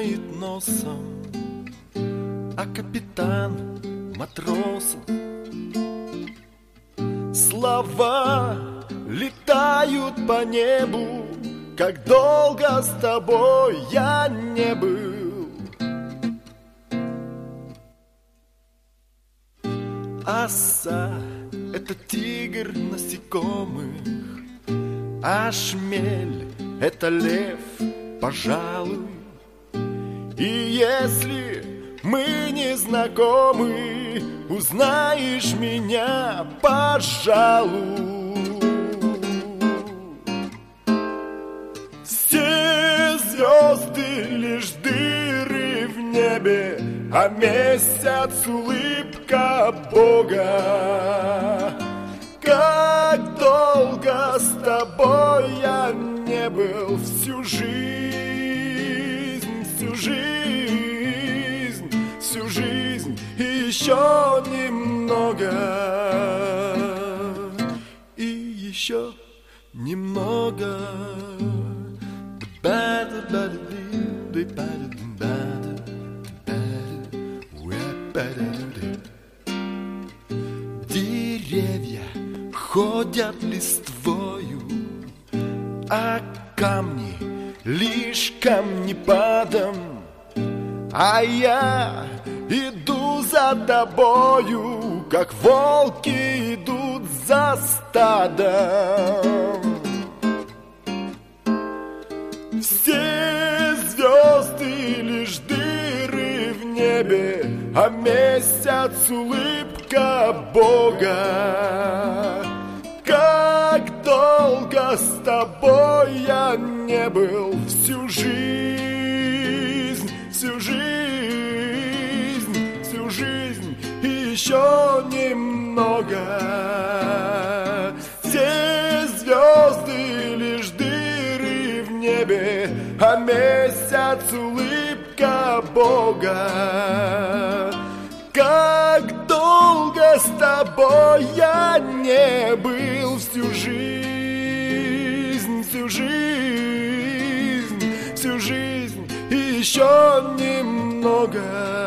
клюет носом, а капитан матросов. Слова летают по небу, как долго с тобой я не был. Оса — это тигр насекомых, а шмель — это лев, пожалуй. И если мы не знакомы, узнаешь меня, пожалуй. Все звезды лишь дыры в небе, а месяц улыбка Бога. Как долго с тобой я не был, всю жизнь, всю жизнь, всю жизнь и еще немного, и еще немного. Деревья ходят листвою, а камни лишь камнепадом, а я иду за тобою, как волки идут за стадом. Все звезды лишь дыры в небе, а месяц улыбка Бога. Как долго с тобой я не был, всю жизнь, всю жизнь, всю жизнь и еще немного. Все звезды лишь дыры в небе, а месяц улыбка Бога. Как долго с тобой я не был, всю жизнь, всю жизнь, всю жизнь и еще немного,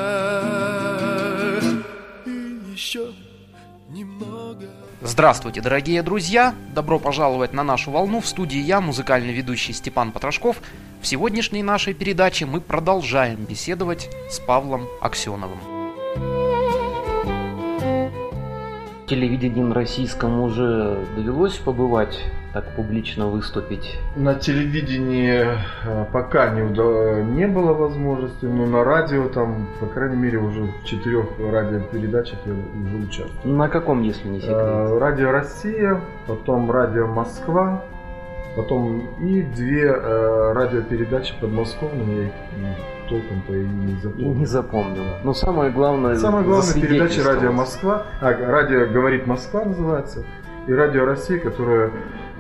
и еще немного. Здравствуйте, дорогие друзья! Добро пожаловать на нашу волну. В студии я, музыкальный ведущий Степан Потрошков. В сегодняшней нашей передаче мы продолжаем беседовать с Павлом Аксеновым. В телевидении российском уже довелось побывать, так публично выступить? На телевидении пока не было возможности, но на радио там, по крайней мере, уже в 4 радиопередачах я уже участвовал. На каком, если не секрет? Радио Россия, потом Радио Москва, потом и 2 радиопередачи подмосковные, я их толком-то и не запомнил. Но самое главное передача Радио Москва, Радио «Говорит Москва» называется, и Радио Россия, которую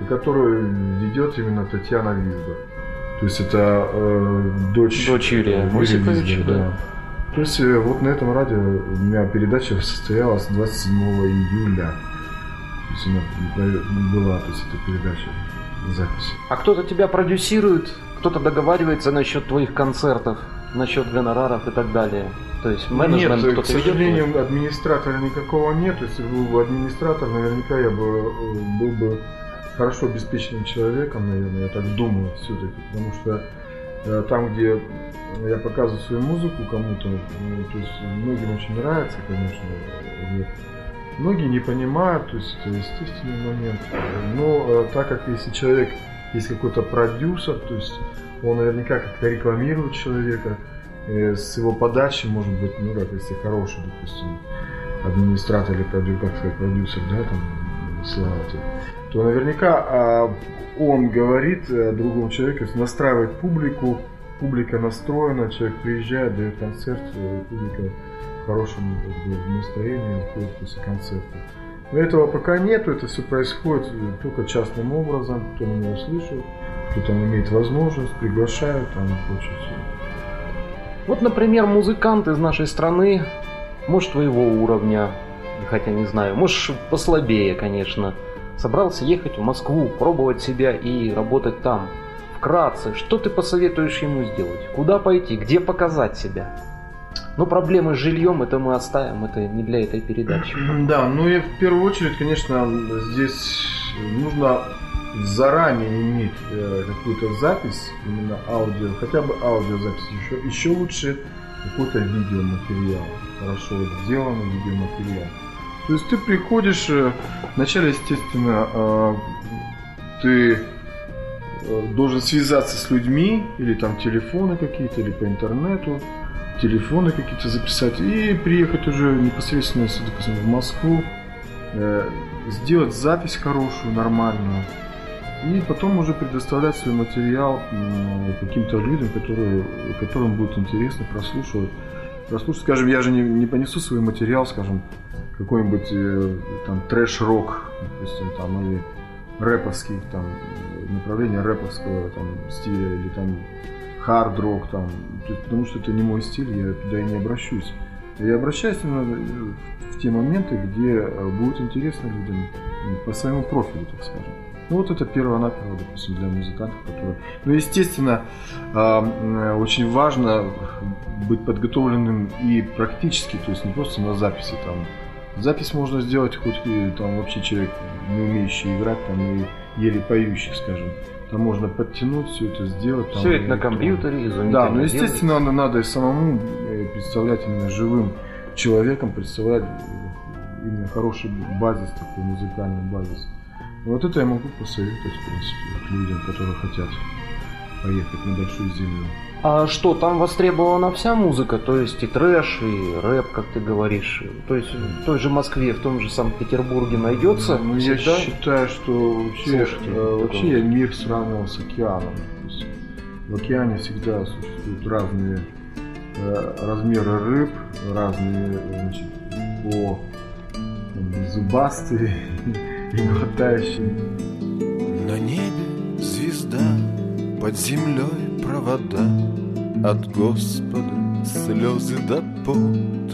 ведет именно Татьяна Визбор. То есть это дочь Юрия Осиповича, да. То есть вот на этом радио у меня передача состоялась 27 июля. То есть она была, то есть эта передача, запись. А кто-то тебя продюсирует, кто-то договаривается насчет твоих концертов, насчет гонораров и так далее? То есть менеджмент нет, кто-то к сожалению, ведет? Администратора никакого нет. То есть, если был бы администратор, наверняка я был бы хорошо обеспеченным человеком, наверное, я так думаю все-таки. Потому что там, где я показываю свою музыку кому-то, то есть многим очень нравится, конечно. Многие не понимают, то есть это естественный момент. Но так как если человек, есть какой-то продюсер, то есть он наверняка как-то рекламирует человека, с его подачи, может быть, ну как, если хороший, допустим, администратор или продюсер, да, там, славатель, то наверняка он говорит другому человеку, настраивает публику, публика настроена, человек приезжает, дает концерт, публика в хорошем настроении уходит после концерта. Но этого пока нету, это все происходит только частным образом, кто меня услышал, кто там имеет возможность, приглашают, там и прочее все. Вот, например, музыкант из нашей страны, может, твоего уровня, хотя не знаю, может, послабее, конечно, собрался ехать в Москву, пробовать себя и работать там. В вкратце, что ты посоветуешь ему сделать? Куда пойти? Где показать себя? Ну, проблемы с жильем, это мы оставим, это не для этой передачи. Да, ну и в первую очередь, конечно, здесь нужно заранее иметь какую-то запись, именно аудио, хотя бы аудиозапись, еще лучше какой-то видеоматериал, хорошо сделанный видеоматериал. То есть ты приходишь, вначале, естественно, ты должен связаться с людьми, или там телефоны какие-то, или по интернету, телефоны какие-то записать, и приехать уже непосредственно, если, допустим, в Москву, сделать запись хорошую, нормальную, и потом уже предоставлять свой материал каким-то людям, которым будет интересно прослушать. Скажем, я же не понесу свой материал, скажем, какой-нибудь там трэш-рок, допустим, там, или рэповский, там, направление рэповского там стиля, или там хард-рок, там, потому что это не мой стиль, я туда и не обращусь. Я обращаюсь именно в те моменты, где будет интересно людям по своему профилю, так скажем. Ну вот это перво-наперво, допустим, для музыкантов, которые... Ну, естественно, очень важно быть подготовленным и практически, то есть не просто на записи. Там. Запись можно сделать хоть там вообще человек, не умеющий играть, там, и еле поющий, скажем. Там можно подтянуть, все это сделать. Там, все это на компьютере, изумительно. Да, но естественно, надо и самому представлять именно живым человеком, представлять именно хороший базис, такой музыкальный базис. Вот это я могу посоветовать, в принципе, людям, которые хотят поехать на большую землю. А что, там востребована вся музыка? То есть и трэш, и рэп, как ты говоришь? То есть в той же Москве, в том же Санкт-Петербурге найдется? Ну, я считаю, что вообще мир сравнивал с океаном. То есть в океане всегда существуют разные размеры рыб, разные, значит, по зубастые и глотающие. На небе звезда, под землей провода, от Господа слезы до пот.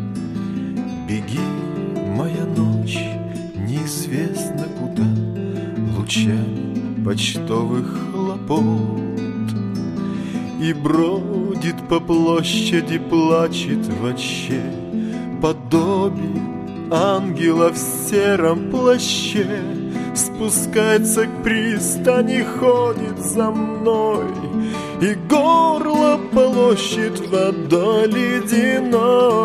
Беги, моя ночь, неизвестно куда, лучами почтовых хлопот. И бродит по площади, плачет в оче подобие ангела в сером плаще. Спускается к пристани, ходит за мной, и горло полощет водой ледяной,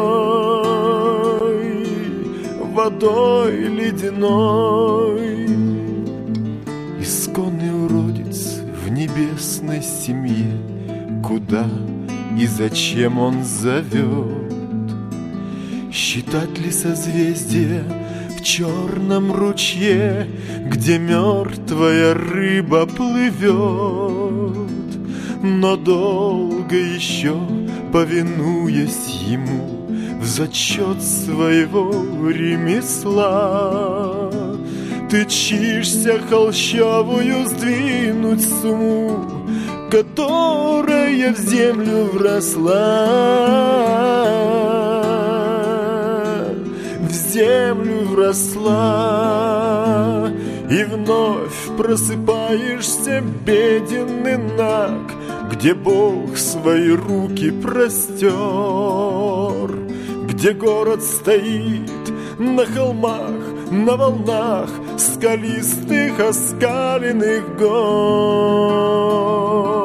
водой ледяной. Исконный уродец в небесной семье, куда и зачем он зовет? Считать ли созвездия в черном ручье, где мертвая рыба плывет? Но долго еще, повинуясь ему, в зачет своего ремесла, ты чишься холщовую сдвинуть сумму, которая в землю вросла. В землю вросла, и вновь просыпаешься беден и наг, где Бог свои руки простер, где город стоит на холмах, на волнах скалистых оскаленных гор.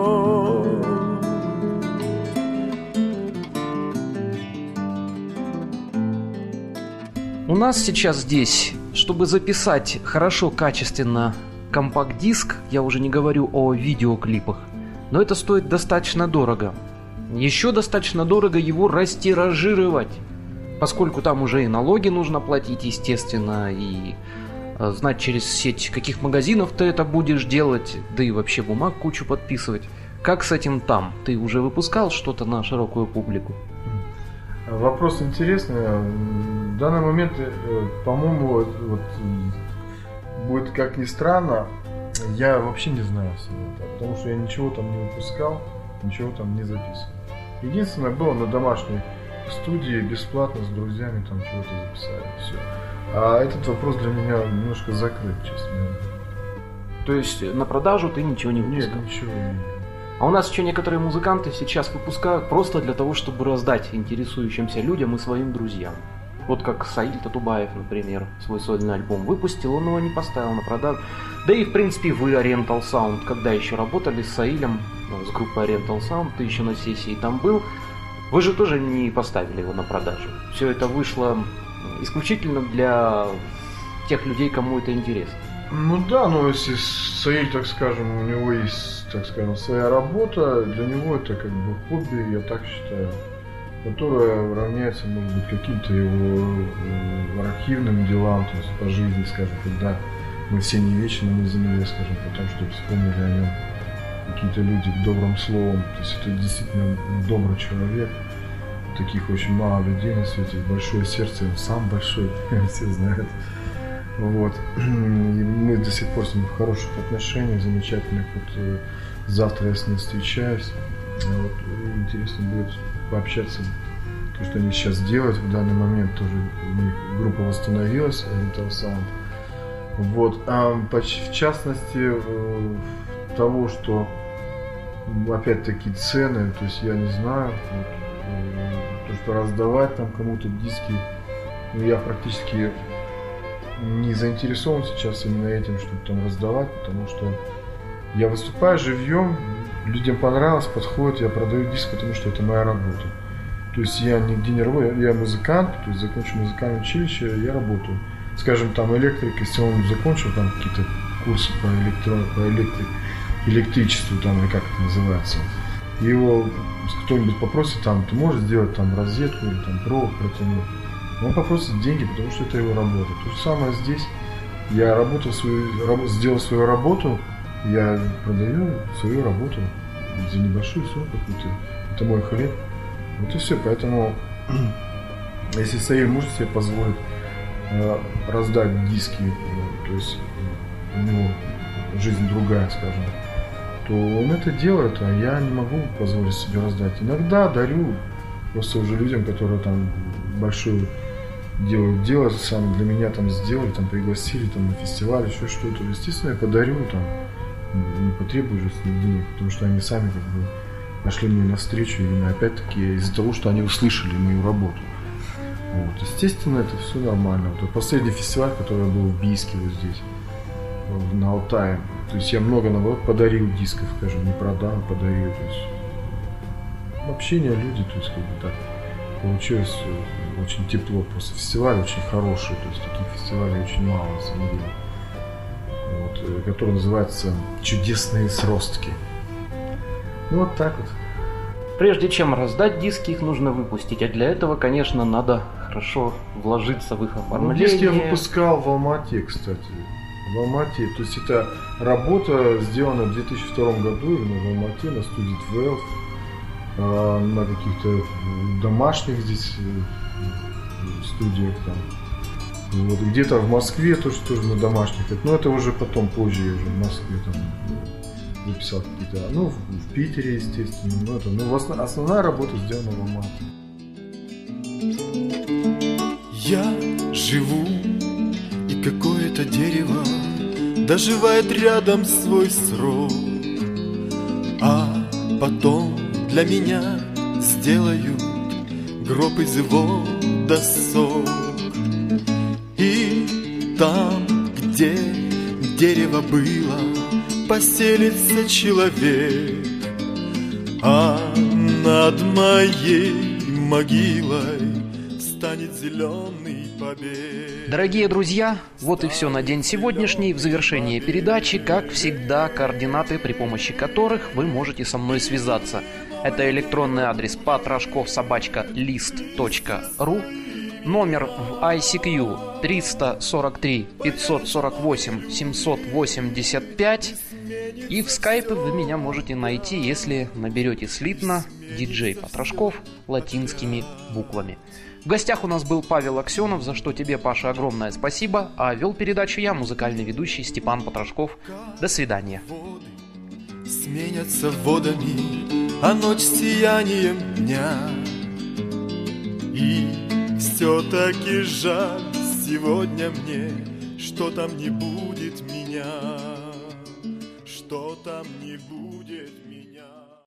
У нас сейчас здесь, чтобы записать хорошо, качественно компакт-диск, я уже не говорю о видеоклипах, но это стоит достаточно дорого. Еще достаточно дорого его растиражировать, поскольку там уже и налоги нужно платить, естественно, и знать через сеть, каких магазинов ты это будешь делать, да и вообще бумаг кучу подписывать. Как с этим там? Ты уже выпускал что-то на широкую публику? Вопрос интересный. В данный момент, по-моему, вот, будет как ни странно, я вообще не знаю всего этого, потому что я ничего там не выпускал, ничего там не записывал. Единственное, было на домашней студии бесплатно с друзьями там чего-то записали, все. А этот вопрос для меня немножко закрыт, честно говоря. То есть на продажу ты ничего не выпускал? Нет, ничего не. А у нас еще некоторые музыканты сейчас выпускают просто для того, чтобы раздать интересующимся людям и своим друзьям. Вот как Саиль Татубаев, например, свой сольный альбом выпустил, он его не поставил на продажу. Да и, в принципе, вы, Oriental Sound, когда еще работали с Саилем, с группой Oriental Sound, ты еще на сессии там был, вы же тоже не поставили его на продажу. Все это вышло исключительно для тех людей, кому это интересно. Ну да, но если Саиль, так скажем, у него есть, так скажем, своя работа, для него это как бы хобби, я так считаю, которое равняется, может быть, каким-то его архивным делам, то есть по жизни, скажем, когда мы все не вечно на земле, скажем, потому что вспомнили о нем какие-то люди добрым словом, то есть это действительно добрый человек, таких очень мало людей на свете, большое сердце, он сам большой, все знают. Вот. И мы до сих пор с ним в хороших отношениях, замечательных. Вот завтра я с ним встречаюсь. Вот. Интересно будет пообщаться, то, что они сейчас делают. В данный момент тоже у них группа восстановилась, Oriental Sound. Вот. А в частности, того, что опять-таки цены, то есть я не знаю, вот, то, что раздавать там кому-то диски, я практически не заинтересован сейчас именно этим, чтобы там раздавать, потому что я выступаю живьем, людям понравилось, подходит, я продаю диск, потому что это моя работа. То есть я нигде не работаю, я музыкант, то есть закончил музыкальное училище, я работаю. Скажем, там электрик, если он закончил там какие-то курсы по электричеству, там, или как это называется, его кто-нибудь попросит, там, ты можешь сделать там розетку или там провод протянуть. Он попросит деньги, потому что это его работа. То же самое здесь. Я сделал свою работу, я продаю свою работу за небольшую сумму какую-то. Это мой хлеб. Вот и все. Поэтому, если Саиль может себе позволить раздать диски, то есть у него жизнь другая, скажем, то он это делает, а я не могу позволить себе раздать. Иногда дарю просто уже людям, которые там большую делают дело, сами для меня там сделали, там пригласили там на фестиваль, еще что-то. Естественно, я подарю там, не потребую же с них денег, потому что они сами как бы пошли мне навстречу именно опять-таки из-за того, что они услышали мою работу. Вот. Естественно, это все нормально. Вот последний фестиваль, который был в Бийске вот здесь, на Алтае, то есть я много, наоборот, подарил дисков, скажем, не продал, а подарил. То есть общение, люди, то есть как бы так получилось очень тепло. Просто фестиваль очень хороший, то есть таких фестивалей очень мало на самом деле. Вот, который называется «Чудесные сростки». Ну вот так вот. Прежде чем раздать диски, их нужно выпустить, а для этого, конечно, надо хорошо вложиться в их оформление. Диски я выпускал в Алмате, кстати. В Алмате, то есть это работа сделана в 2002 году именно в Алмате на студии 12, на каких-то домашних здесь студиях там. Вот, где-то в Москве тоже на домашних, но это уже потом, позже я уже в Москве там записал какие-то, ну в Питере, естественно, но это, ну основная работа сделана в Алмате. Я живу, и какое-то дерево доживает рядом свой срок, а потом для меня сделают гроб из его досок. И там, где дерево было, поселится человек, а над моей могилой станет зеленый побег. Дорогие друзья, вот и все на день сегодняшний. В завершении передачи, как всегда, координаты, при помощи которых вы можете со мной связаться. Это электронный адрес patrashkov@list.ru, номер в ICQ 343 548 785, и в скайпе вы меня можете найти, если наберете слитно DJ Патрашков латинскими буквами. В гостях у нас был Павел Аксенов, за что тебе, Паша, огромное спасибо, а вел передачу я, музыкальный ведущий Степан Патрашков. До свидания. Сменятся водами, а ночь сиянием дня. И все-таки жаль сегодня мне, что там не будет меня. что там не будет меня.